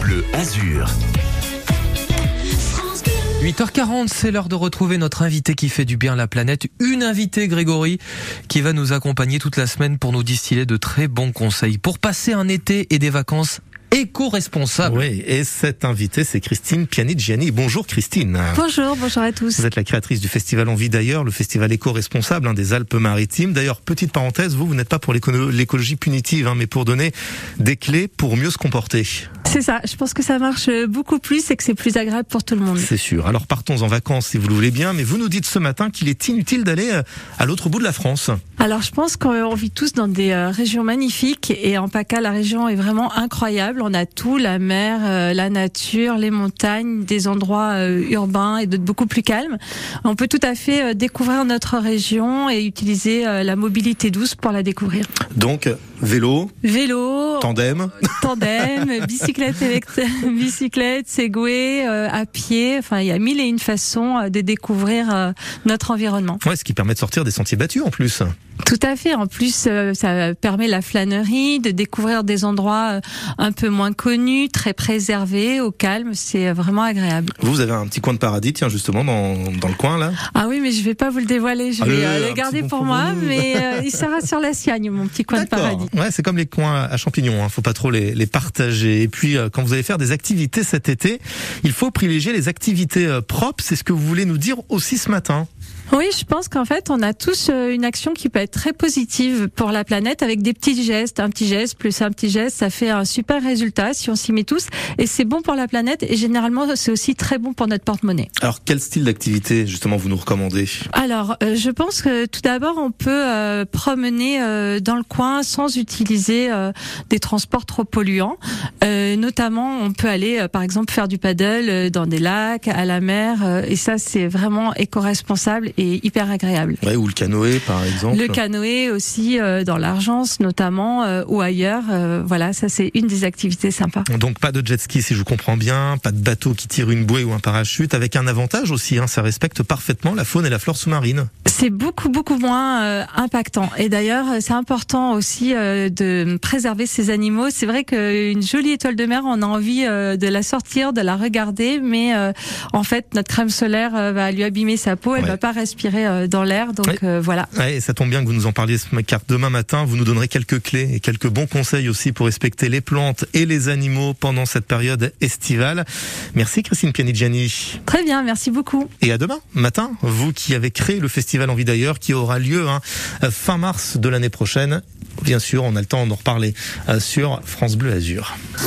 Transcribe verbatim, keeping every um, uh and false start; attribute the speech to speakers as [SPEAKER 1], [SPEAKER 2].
[SPEAKER 1] Bleu Azur.
[SPEAKER 2] huit heures quarante, c'est l'heure de retrouver notre invité qui fait du bien à la planète. Une invitée, Grégory, qui va nous accompagner toute la semaine pour nous distiller de très bons conseils pour passer un été et des vacances éco-responsable.
[SPEAKER 3] Oui, et cette invitée, c'est Christine Pianigiani. Bonjour Christine.
[SPEAKER 4] Bonjour, bonjour à tous.
[SPEAKER 3] Vous êtes la créatrice du festival Envie d'ailleurs, le festival éco-responsable hein, des Alpes-Maritimes. D'ailleurs, petite parenthèse, vous, vous n'êtes pas pour l'écono- l'écologie punitive, hein, mais pour donner des clés pour mieux se comporter.
[SPEAKER 4] C'est ça, je pense que ça marche beaucoup plus et que c'est plus agréable pour tout le monde.
[SPEAKER 3] C'est sûr. Alors partons en vacances si vous le voulez bien, mais vous nous dites ce matin qu'il est inutile d'aller à l'autre bout de la France.
[SPEAKER 4] Alors je pense qu'on vit tous dans des régions magnifiques et en PACA, la région est vraiment incroyable. On a tout, la mer, euh, la nature, les montagnes, des endroits euh, urbains et d'autres beaucoup plus calmes. On peut tout à fait euh, découvrir notre région et utiliser euh, la mobilité douce pour la découvrir.
[SPEAKER 3] Donc, vélo,
[SPEAKER 4] vélo,
[SPEAKER 3] tandem,
[SPEAKER 4] tandem, bicyclette, élect- bicyclette, Segway, euh, à pied. Enfin, il y a mille et une façons euh, de découvrir euh, notre environnement.
[SPEAKER 3] Ouais, ce qui permet de sortir des sentiers battus en plus.
[SPEAKER 4] Tout à fait. En plus, euh, ça permet la flânerie, de découvrir des endroits euh, un peu moins connus, très préservés, au calme. C'est vraiment agréable.
[SPEAKER 3] Vous, vous avez un petit coin de paradis, tiens, justement, dans, dans le coin, là.
[SPEAKER 4] Ah oui, mais je vais pas vous le dévoiler. Je vais euh, le garder bon pour, pour moi, vous. mais euh, il sera sur la Siagne, mon petit coin
[SPEAKER 3] D'accord.
[SPEAKER 4] de paradis.
[SPEAKER 3] Ouais, c'est comme les coins à champignons. Hein. Faut pas trop les, les partager. Et puis, euh, quand vous allez faire des activités cet été, il faut privilégier les activités euh, propres. C'est ce que vous voulez nous dire aussi ce matin.
[SPEAKER 4] Oui, je pense qu'en fait, on a tous une action qui peut être très positive pour la planète avec des petits gestes. Un petit geste plus un petit geste, ça fait un super résultat si on s'y met tous. Et c'est bon pour la planète et généralement, c'est aussi très bon pour notre porte-monnaie.
[SPEAKER 3] Alors, quel style d'activité, justement, vous nous recommandez ?
[SPEAKER 4] Alors, euh, je pense que tout d'abord, on peut euh, promener euh, dans le coin sans utiliser euh, des transports trop polluants. Euh, notamment, on peut aller, euh, par exemple, faire du paddle euh, dans des lacs, à la mer. Euh, et ça, c'est vraiment éco-responsable et hyper agréable.
[SPEAKER 3] Ouais, ou le canoë, par exemple.
[SPEAKER 4] Le canoë aussi, euh, dans l'Argence notamment, euh, ou ailleurs. Euh, voilà, ça c'est une des activités sympas.
[SPEAKER 3] Donc pas de jet ski si je vous comprends bien, pas de bateau qui tire une bouée ou un parachute, avec un avantage aussi, hein, ça respecte parfaitement la faune et la flore sous-marine.
[SPEAKER 4] C'est beaucoup beaucoup moins euh, impactant. Et d'ailleurs, c'est important aussi euh, de préserver ces animaux. C'est vrai qu'une jolie étoile de mer, on a envie euh, de la sortir, de la regarder, mais euh, en fait, notre crème solaire euh, va lui abîmer sa peau, elle ouais. va pas respirer euh, dans l'air, donc ouais. euh, voilà.
[SPEAKER 3] Ouais, ça tombe bien que vous nous en parliez, car demain matin, vous nous donnerez quelques clés et quelques bons conseils aussi pour respecter les plantes et les animaux pendant cette période estivale. Merci Christine Pianigiani.
[SPEAKER 4] Très bien, merci beaucoup.
[SPEAKER 3] Et à demain matin, vous qui avez créé le festival Envie d'ailleurs, qui aura lieu hein, fin mars de l'année prochaine. Bien sûr, on a le temps d'en reparler euh, sur France Bleu Azur.